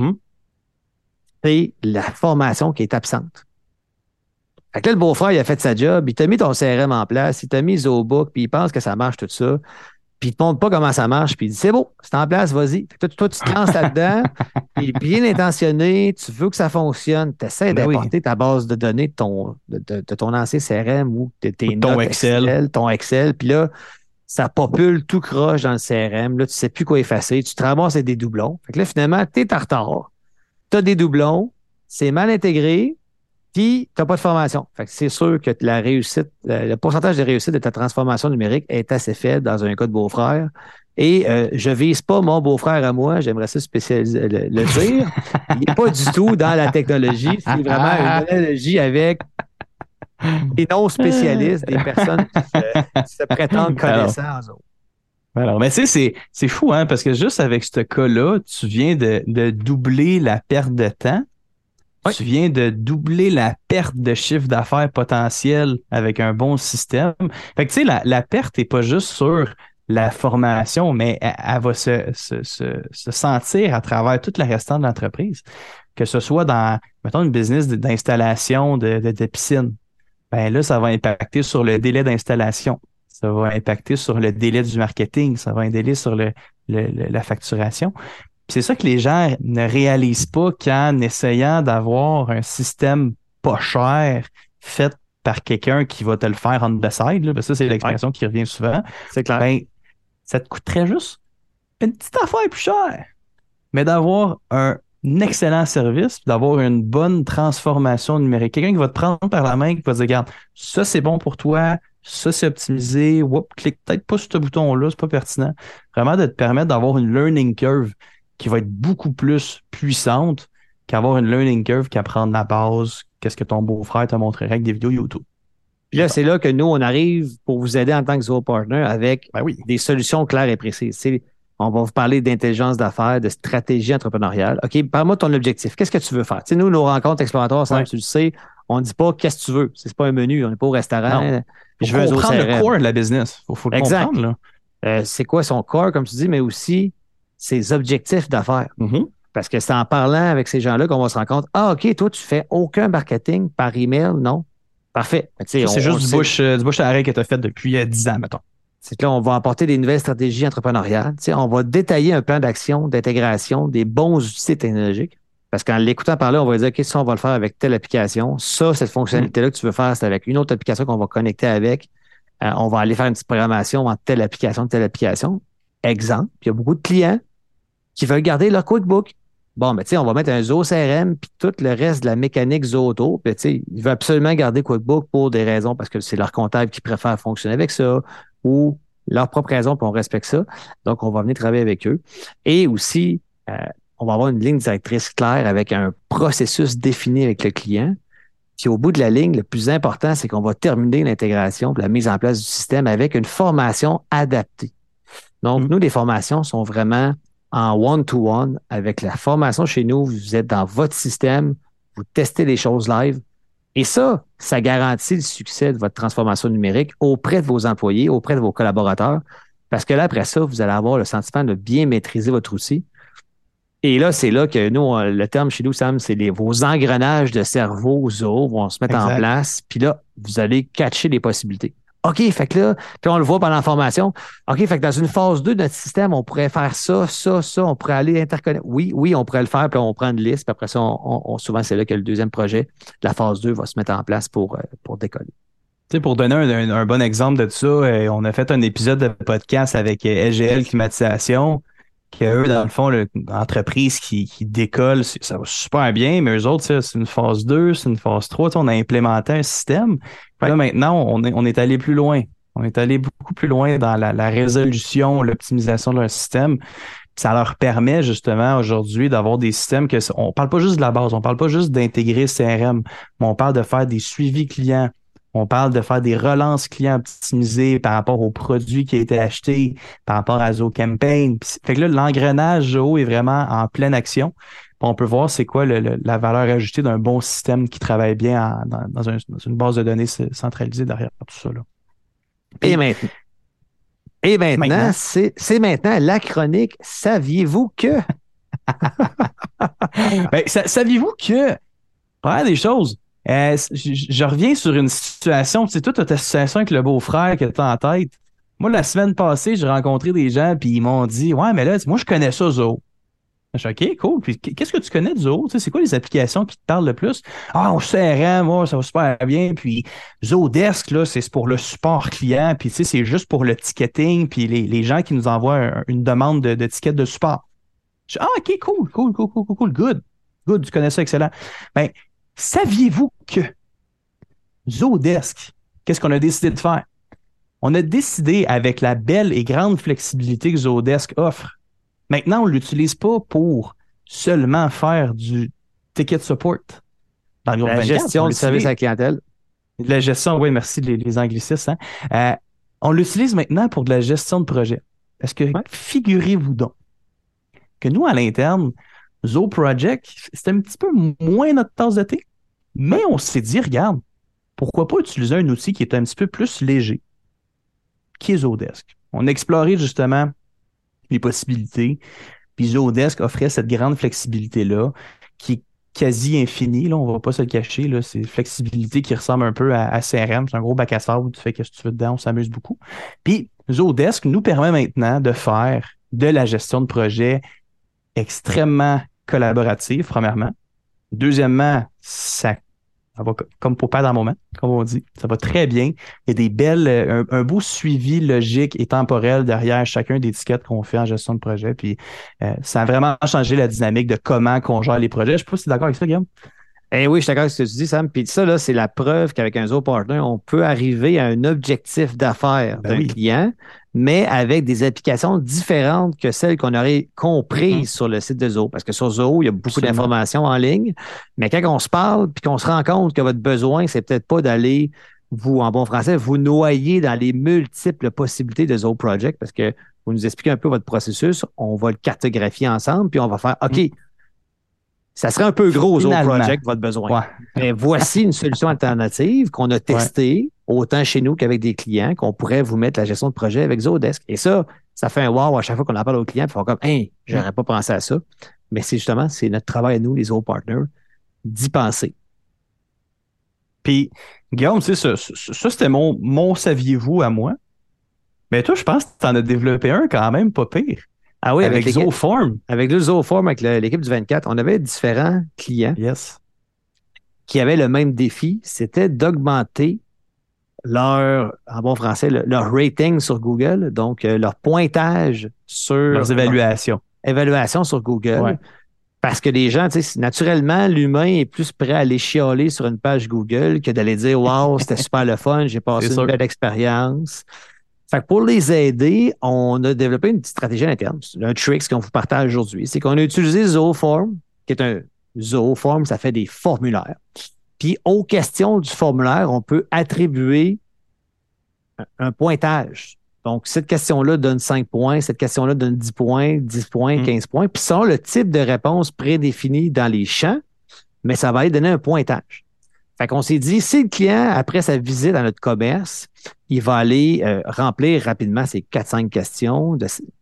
c'est la formation qui est absente. Fait que là, le beau-frère, il a fait sa job, il t'a mis ton CRM en place, il t'a mis ZooBook, puis il pense que ça marche tout ça. Puis il ne te montre pas comment ça marche, puis il dit c'est beau, c'est en place, vas-y. Toi, tu te lances là-dedans, il est bien intentionné, tu veux que ça fonctionne, tu essaies d'importer ta base de données de ton ancien CRM ou de tes notes Excel, ton Excel, puis là, ça popule tout croche dans le CRM, là, tu ne sais plus quoi effacer, tu te ramasses avec des doublons. Fait que là, finalement, tu es en retard, tu as des doublons, c'est mal intégré, puis tu n'as pas de formation. Fait que c'est sûr que le pourcentage de réussite de ta transformation numérique est assez faible dans un cas de beau-frère. Et je vise pas mon beau-frère à moi, j'aimerais ça spécialiser, le dire. Il n'est pas du tout dans la technologie. C'est vraiment une analogie avec des non-spécialistes, des personnes qui se prétendent Alors, connaissants aux autres. mais tu sais, c'est fou, hein, parce que juste avec ce cas-là, tu viens de doubler la perte de temps. Oui. Tu viens de doubler la perte de chiffre d'affaires potentiel avec un bon système. Fait que tu sais, la perte n'est pas juste sur la formation, mais elle va se sentir à travers toute la restante de l'entreprise. Que ce soit dans, mettons, une business d'installation de piscine. Ben là, ça va impacter sur le délai d'installation. Ça va impacter sur le délai du marketing. Ça va impacter sur la facturation. Puis c'est ça que les gens ne réalisent pas qu'en essayant d'avoir un système pas cher fait par quelqu'un qui va te le faire on the side, là, parce que ça, c'est l'expression qui revient souvent. C'est clair. Ben, ça te coûterait juste une petite affaire plus chère. Mais d'avoir un excellent service, d'avoir une bonne transformation numérique. Quelqu'un qui va te prendre par la main, qui va te dire, regarde, ça c'est bon pour toi, ça c'est optimisé, clique peut-être pas sur ce bouton-là, c'est pas pertinent. Vraiment de te permettre d'avoir une learning curve qui va être beaucoup plus puissante qu'avoir une learning curve qui apprend de la base, qu'est-ce que ton beau-frère te montrerait avec des vidéos YouTube. Puis là, c'est là que nous, on arrive pour vous aider en tant que Zoho Partner avec des solutions claires et précises. On va vous parler d'intelligence d'affaires, de stratégie entrepreneuriale. OK, parle-moi de ton objectif. Qu'est-ce que tu veux faire? Nous, nos rencontres exploratoires, Sam, tu le sais, on ne dit pas qu'est-ce que tu veux. C'est pas un menu. On n'est pas au restaurant. Il faut comprendre le core de la business. Il faut le comprendre. Là. C'est quoi son core, comme tu dis, mais aussi ses objectifs d'affaires. Mm-hmm. Parce que c'est en parlant avec ces gens-là qu'on va se rendre compte, OK, toi, tu fais aucun marketing par email, non? Parfait. C'est juste du bouche à oreille que tu as fait depuis 10 ans, mettons. C'est que là, on va apporter des nouvelles stratégies entrepreneuriales. On va détailler un plan d'action, d'intégration, des bons outils technologiques. Parce qu'en l'écoutant parler, on va dire, OK, ça, on va le faire avec telle application. Ça, cette fonctionnalité-là que tu veux faire, c'est avec une autre application qu'on va connecter avec. On va aller faire une petite programmation entre telle application, telle application. Exemple, il y a beaucoup de clients qui veulent garder leur QuickBook. Bon, mais on va mettre un Zoho CRM puis tout le reste de la mécanique Zoho Auto. Puis ils veulent absolument garder QuickBook pour des raisons parce que c'est leur comptable qui préfère fonctionner avec ça ou leur propre raison, puis on respecte ça. Donc, on va venir travailler avec eux. Et aussi, on va avoir une ligne directrice claire avec un processus défini avec le client. Puis au bout de la ligne, le plus important, c'est qu'on va terminer l'intégration, la mise en place du système avec une formation adaptée. Donc, nous, les formations sont vraiment en one-to-one avec la formation chez nous. Vous êtes dans votre système, vous testez les choses live. Et ça garantit le succès de votre transformation numérique auprès de vos employés, auprès de vos collaborateurs. Parce que là, après ça, vous allez avoir le sentiment de bien maîtriser votre outil. Et là, c'est là que nous, le terme chez nous, Sam, c'est vos engrenages de cerveau Zoho vont se mettre en place. Puis là, vous allez catcher les possibilités. OK, fait que là, puis on le voit pendant la formation. OK, fait que dans une phase 2 de notre système, on pourrait faire ça, on pourrait aller interconnecter. Oui, on pourrait le faire, puis on prend une liste, puis après ça, souvent, c'est là que le deuxième projet, la phase 2, va se mettre en place pour décoller. Tu sais, pour donner un bon exemple de ça, on a fait un épisode de podcast avec SGL Climatisation, qui eux, dans le fond, l'entreprise qui décolle, ça va super bien, mais eux autres, c'est une phase 2, c'est une phase 3, on a implémenté un système. Puis là, maintenant, on est allé plus loin. On est allé beaucoup plus loin dans la résolution, l'optimisation de leur système. Puis ça leur permet justement aujourd'hui d'avoir des systèmes on parle pas juste de la base, on parle pas juste d'intégrer CRM, mais on parle de faire des suivis clients. On parle de faire des relances clients optimisées par rapport aux produits qui ont été achetés, par rapport à Zoho Campaign. Fait que là, l'engrenage Zoho est vraiment en pleine action. Puis on peut voir c'est quoi la valeur ajoutée d'un bon système qui travaille bien dans une base de données centralisée derrière tout ça. Là. Et maintenant, c'est maintenant la chronique. Saviez-vous que? Saviez-vous que? Première des choses. Je reviens sur une situation, tu sais, toi, tu as ta situation avec le beau-frère que tu as en tête. Moi, la semaine passée, j'ai rencontré des gens, puis ils m'ont dit, ouais, mais là, moi, je connais ça, Zoho. Je suis OK, cool. Puis, qu'est-ce que tu connais de Zoho? Tu sais, c'est quoi les applications qui te parlent le plus? Ah, on CRM, moi, ça va super bien. Puis, Zodesk, là, c'est pour le support client. Puis, tu sais, c'est juste pour le ticketing. Puis, les gens qui nous envoient une demande de ticket de support. Je dis, OK, cool, good, tu connais ça, excellent. Ben, saviez-vous que Zodesk, qu'est-ce qu'on a décidé de faire? On a décidé, avec la belle et grande flexibilité que Zodesk offre, maintenant, on ne l'utilise pas pour seulement faire du ticket support. Dans le groupe La 24, gestion du service à la clientèle. la gestion, oui, merci les anglicismes. Hein. On l'utilise maintenant pour de la gestion de projet. Parce que figurez-vous donc que nous, à l'interne, Zo Project, c'est un petit peu moins notre tasse de thé, mais on s'est dit, regarde, pourquoi pas utiliser un outil qui est un petit peu plus léger, qui est Zodesk. On a exploré justement les possibilités, puis Zodesk offrait cette grande flexibilité-là, qui est quasi infinie, là, on ne va pas se le cacher, là, c'est une flexibilité qui ressemble un peu à CRM, c'est un gros bac à sable où tu fais ce que tu veux dedans, on s'amuse beaucoup. Puis Zodesk nous permet maintenant de faire de la gestion de projet extrêmement collaborative, premièrement. Deuxièmement, ça va comme pour pas dans le moment, comme on dit. Ça va très bien. Il y a des belles, un beau suivi logique et temporel derrière chacun des tickets qu'on fait en gestion de projet. Puis ça a vraiment changé la dynamique de comment qu'on gère les projets. Je ne sais pas si tu es d'accord avec ça, Guillaume. Eh oui, je suis d'accord avec ce que tu dis, Sam. Puis ça, là, c'est la preuve qu'avec un Zoho Partner, on peut arriver à un objectif d'affaires d'un client, mais avec des applications différentes que celles qu'on aurait comprises sur le site de Zoho. Parce que sur Zoho, il y a beaucoup d'informations en ligne, mais quand on se parle puis qu'on se rend compte que votre besoin, c'est peut-être pas d'aller, vous, en bon français, vous noyer dans les multiples possibilités de Zoho Project, parce que vous nous expliquez un peu votre processus, on va le cartographier ensemble, puis on va faire, OK, ça serait un peu gros Zoho Project, votre besoin. Ouais. Mais voici une solution alternative qu'on a testée, autant chez nous qu'avec des clients, qu'on pourrait vous mettre la gestion de projet avec Zodesk. Et ça fait un wow à chaque fois qu'on en parle aux clients, puis on fait comme, hey, j'aurais pas pensé à ça. Mais c'est notre travail à nous, les Zoho Partners, d'y penser. Puis, Guillaume, tu sais, ça c'était mon saviez-vous à moi. Mais toi, je pense que tu en as développé un quand même pas pire. Ah oui, avec Zoform. Avec le Zoform, avec l'équipe du 24, on avait différents clients qui avaient le même défi, c'était d'augmenter leur, en bon français, leur rating sur Google, donc leur pointage sur... Leurs évaluations. Évaluation sur Google. Ouais. Parce que les gens, tu sais, naturellement, l'humain est plus prêt à aller chialer sur une page Google que d'aller dire « Wow, c'était super le fun, j'ai passé une belle expérience ». Fait que pour les aider, on a développé une petite stratégie à l'interne. Un trick qu'on vous partage aujourd'hui. C'est qu'on a utilisé Zoform, qui est un Zoform, ça fait des formulaires. Puis aux questions du formulaire, on peut attribuer un pointage. Donc, cette question-là donne 5 points, cette question-là donne 10 points, 10 points, 15 points. Puis ça, le type de réponse prédéfinie dans les champs, mais ça va aller donner un pointage. Fait qu'on s'est dit, si le client, après sa visite à notre commerce, il va aller remplir rapidement ces 4-5 questions,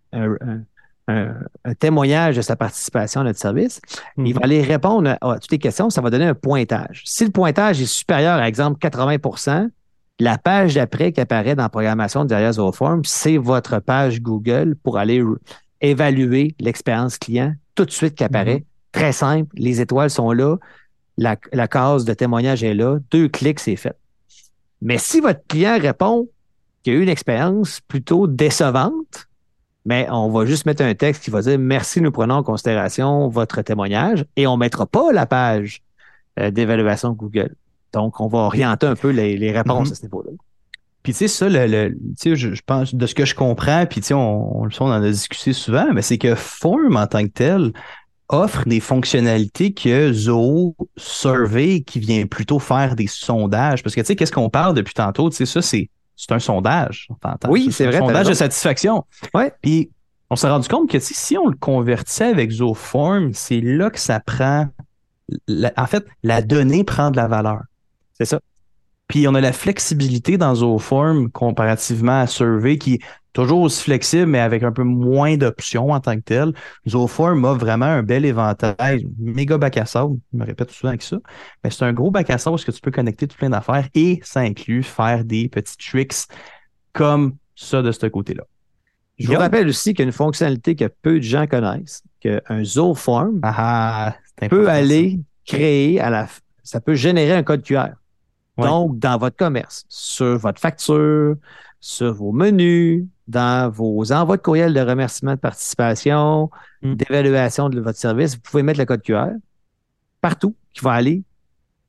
un témoignage de sa participation à notre service, il va aller répondre à toutes les questions, ça va donner un pointage. Si le pointage est supérieur, par exemple, 80%, la page d'après qui apparaît dans la programmation derrière Zoform, c'est votre page Google pour aller évaluer l'expérience client tout de suite qui apparaît. Très simple, les étoiles sont là. La case de témoignage est là. 2 clics, c'est fait. Mais si votre client répond qu'il a eu une expérience plutôt décevante, mais on va juste mettre un texte qui va dire « Merci, nous prenons en considération votre témoignage » et on ne mettra pas la page d'évaluation Google. Donc, on va orienter un peu les réponses à ce niveau-là. Puis, tu sais, ça, je pense, de ce que je comprends, puis, tu sais, on en a discuté souvent, mais c'est que Form, en tant que tel, offre des fonctionnalités que Zoho Survey, qui vient plutôt faire des sondages. Parce que, tu sais, qu'est-ce qu'on parle depuis tantôt? Tu sais, ça, c'est un sondage. Oui, c'est vrai. Un sondage de satisfaction. Ouais. Puis, on s'est rendu compte que, tu sais, si on le convertissait avec Zoform, c'est là que ça prend... En fait, la donnée prend de la valeur. C'est ça. Puis, on a la flexibilité dans Zoform comparativement à Survey qui est toujours aussi flexible, mais avec un peu moins d'options en tant que tel. Zoform a vraiment un bel éventail, méga bac à sable, je me répète souvent avec ça, mais c'est un gros bac à sable parce que tu peux connecter tout plein d'affaires et ça inclut faire des petits tricks comme ça de ce côté-là. Je vous rappelle aussi qu'il y a une fonctionnalité que peu de gens connaissent, qu'un Zoform peut aller créer ça peut générer un code QR. Ouais. Donc, dans votre commerce, sur votre facture, sur vos menus, dans vos envois de courriel de remerciement de participation, d'évaluation de votre service, vous pouvez mettre le code QR partout qui va aller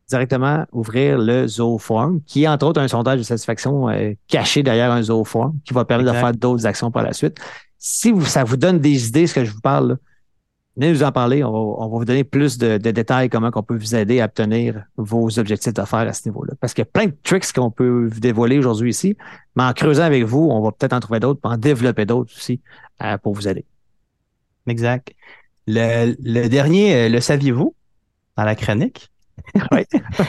directement ouvrir le Zooform, qui est entre autres un sondage de satisfaction caché derrière un Zooform, qui va permettre de faire d'autres actions par la suite. Si ça vous donne des idées, ce que je vous parle, là, venez nous en parler. On va vous donner plus de détails, comment on peut vous aider à obtenir vos objectifs d'affaires à ce niveau-là. Parce qu'il y a plein de tricks qu'on peut vous dévoiler aujourd'hui ici, mais en creusant avec vous, on va peut-être en trouver d'autres, en développer d'autres aussi pour vous aider. Exact. Le dernier, le saviez-vous, dans la chronique? Oui.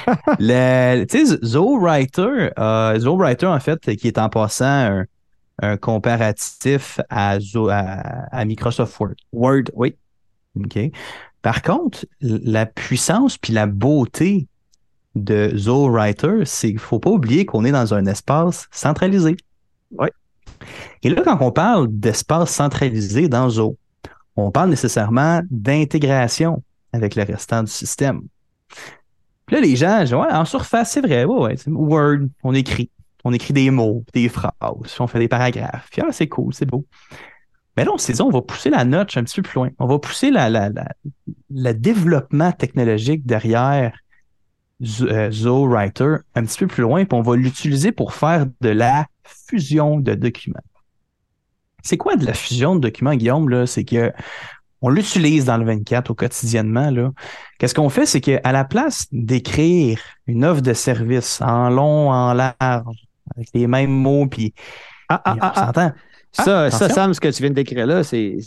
Tu sais, ZoWriter, en fait, qui est en passant un comparatif à Microsoft Word. Word, oui. OK. Par contre, la puissance puis la beauté de ZoWriter, c'est qu'il ne faut pas oublier qu'on est dans un espace centralisé. Oui. Et là, quand on parle d'espace centralisé dans Zo, on parle nécessairement d'intégration avec le restant du système. Puis là, les gens disent, ouais, en surface, c'est vrai, ouais, Word, on écrit des mots, des phrases, on fait des paragraphes. Puis c'est cool, c'est beau. Mais là, on s'est dit, on va pousser la notch un petit peu plus loin. On va pousser le développement technologique derrière ZoWriter un petit peu plus loin, puis on va l'utiliser pour faire de la fusion de documents. C'est quoi de la fusion de documents, Guillaume? Là? C'est que on l'utilise dans le 24 au quotidiennement. Là. Qu'est-ce qu'on fait? C'est qu'à la place d'écrire une offre de service en long, en large, avec les mêmes mots, puis on s'entend. Ça, Sam, ce que tu viens de décrire là, c'est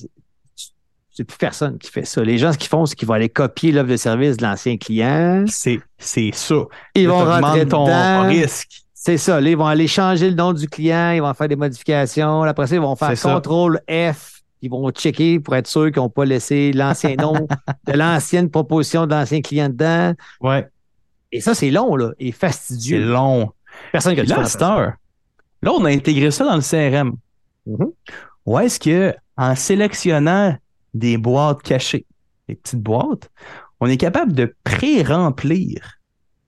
plus personne qui fait ça. Les gens, ce qu'ils font, c'est qu'ils vont aller copier l'offre de service de l'ancien client. C'est ça. Ils vont rentrer ton risque. C'est ça. Là, ils vont aller changer le nom du client, ils vont faire des modifications. Après ça, ils vont faire CTRL F. Ils vont checker pour être sûr qu'ils n'ont pas laissé l'ancien nom de l'ancienne proposition de l'ancien client dedans. Ouais. Et ça, c'est long, là, et fastidieux. C'est long. Personne qui a là, là, on a intégré ça dans le CRM. Mm-hmm. Ou est-ce que en sélectionnant des boîtes cachées, des petites boîtes, on est capable de pré-remplir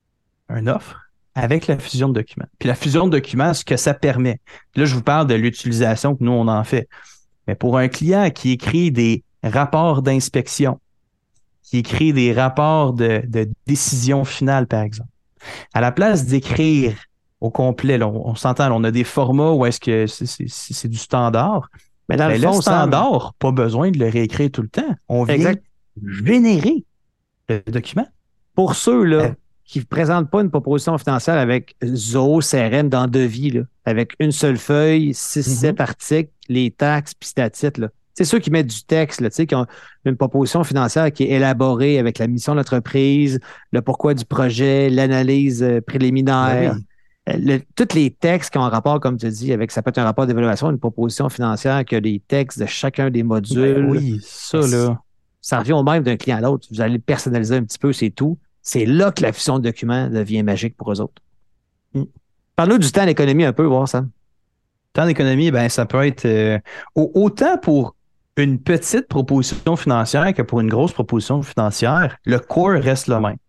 une offre avec la fusion de documents. Puis la fusion de documents, ce que ça permet. Puis là, je vous parle de l'utilisation que nous, on en fait. Mais pour un client qui écrit des rapports d'inspection, qui écrit des rapports de décision finale, par exemple, à la place d'écrire au complet, là, on s'entend, là, on a des formats où est-ce que c'est du standard. Mais dans le fond, le standard, pas besoin de le réécrire tout le temps. On vient générer le document. Pour ceux là, qui ne présentent pas une proposition financière avec Zo, CRM dans devis, là, avec une seule feuille, 6-7 articles, les taxes, puis statut, là. C'est ceux qui mettent du texte, là, qui ont une proposition financière qui est élaborée avec la mission de l'entreprise, le pourquoi du projet, l'analyse préliminaire. Oui. Tous les textes qui ont un rapport, comme tu dis, avec ça peut être un rapport d'évaluation, une proposition financière qui a des textes de chacun des modules. Oui, ça, là. Ça revient au même d'un client à l'autre. Vous allez le personnaliser un petit peu, c'est tout. C'est là que la fusion de documents devient magique pour eux autres. Parle-nous du temps d'économie un peu, voir ça. Temps d'économie, ben ça peut être autant pour une petite proposition financière que pour une grosse proposition financière, le core reste le même.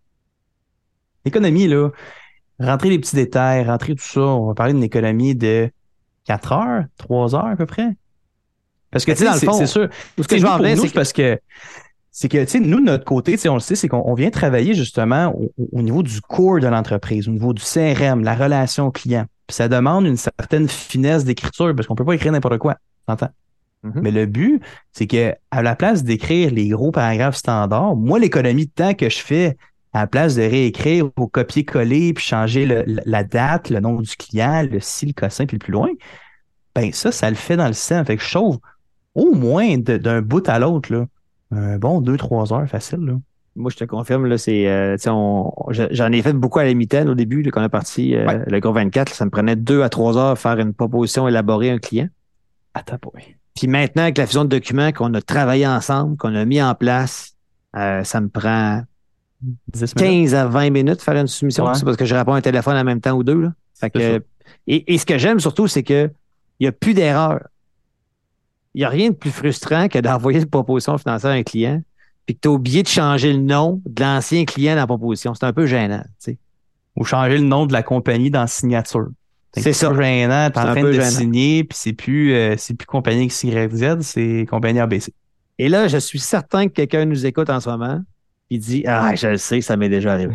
L'économie, là, rentrer les petits détails, rentrer tout ça, on va parler d'une économie de 4 heures, 3 heures à peu près. Parce que, tu sais, dans le fond, c'est sûr. Ce que je veux en venir, c'est parce que tu sais, nous, de notre côté, on le sait, c'est qu'on vient travailler justement au niveau du core de l'entreprise, au niveau du CRM, la relation client. Puis ça demande une certaine finesse d'écriture parce qu'on peut pas écrire n'importe quoi. T'entends? Mm-hmm. Mais le but, c'est que à la place d'écrire les gros paragraphes standards, moi, l'économie de temps que je fais, à la place de réécrire ou copier-coller puis changer la date, le nom du client, le ci, le cossin, puis le plus loin, ben ça le fait dans le système. Fait que je sauve au moins d'un bout à l'autre, là. Bon, 2-3 heures facile, là. Moi, je te confirme, là, c'est, j'en ai fait beaucoup à la mitaine au début, là, quand on est parti, le gros 24, là, ça me prenait 2 à 3 heures faire une proposition élaborée à un client. Attends, oui. Puis maintenant, avec la fusion de documents qu'on a travaillé ensemble, qu'on a mis en place, ça me prend 15 à 20 minutes de faire une soumission. Ouais. C'est parce que je réponds à un téléphone en même temps ou deux, là. Fait que, et ce que j'aime surtout, c'est que il n'y a plus d'erreur. Il n'y a rien de plus frustrant que d'envoyer une proposition financière à un client puis que tu as oublié de changer le nom de l'ancien client dans la proposition. C'est un peu gênant, tu sais. Ou changer le nom de la compagnie dans la signature. C'est ça. C'est gênant, t'es en train de signer, puis c'est plus compagnie XYZ, c'est compagnie ABC. Et là, je suis certain que quelqu'un nous écoute en ce moment, il dit ah, je le sais, ça m'est déjà arrivé.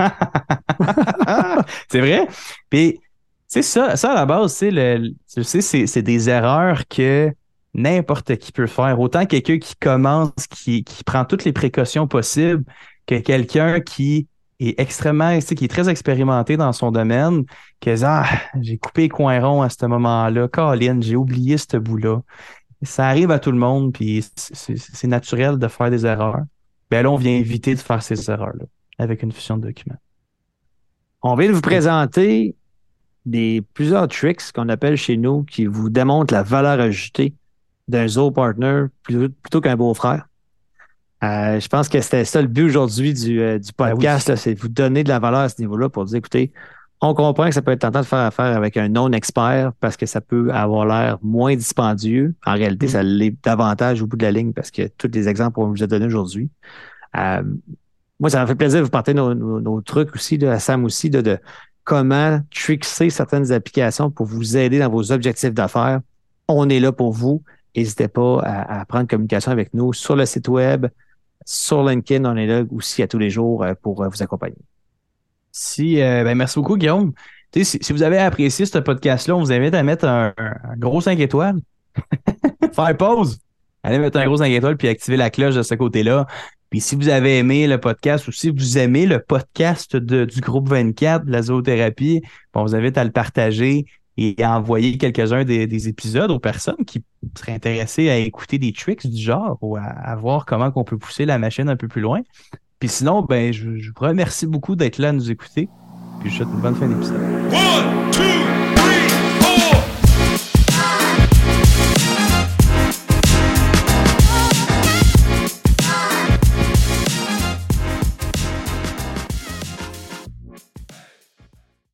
C'est vrai? Puis, c'est ça à la base, tu sais, c'est des erreurs que n'importe qui peut faire. Autant quelqu'un qui commence, qui prend toutes les précautions possibles, que quelqu'un qui est extrêmement, tu sais, qui est très expérimenté dans son domaine, que j'ai coupé les coins ronds à ce moment-là. Colin, j'ai oublié ce bout-là. Ça arrive à tout le monde, puis c'est naturel de faire des erreurs. Ben là, on vient éviter de faire ces erreurs-là avec une fusion de documents. On vient de vous présenter plusieurs tricks qu'on appelle chez nous qui vous démontrent la valeur ajoutée d'un Zoho Partner plutôt qu'un beau-frère. Je pense que c'était ça le but aujourd'hui du podcast, oui. là, c'est de vous donner de la valeur à ce niveau-là pour dire, écoutez, on comprend que ça peut être tentant de faire affaire avec un non-expert parce que ça peut avoir l'air moins dispendieux. En réalité, ça l'est davantage au bout de la ligne parce que tous les exemples qu'on vous a donnés aujourd'hui. Moi, ça m'a fait plaisir de vous partager nos trucs aussi, à Sam aussi, de comment trickser certaines applications pour vous aider dans vos objectifs d'affaires. On est là pour vous. N'hésitez pas à prendre communication avec nous sur le site web, sur LinkedIn. On est là aussi à tous les jours pour vous accompagner. Merci beaucoup, Guillaume. Si vous avez apprécié ce podcast-là, on vous invite à mettre un gros 5 étoiles. Faire pause. Allez mettre un gros 5 étoiles puis activer la cloche de ce côté-là. Puis si vous avez aimé le podcast ou si vous aimez le podcast du groupe 24, de la zoothérapie, on vous invite à le partager et à envoyer quelques-uns des épisodes aux personnes qui seraient intéressées à écouter des tricks du genre ou à voir comment on peut pousser la machine un peu plus loin. Puis sinon, je vous remercie beaucoup d'être là à nous écouter. Puis je vous souhaite une bonne fin d'épisode. 1, 2,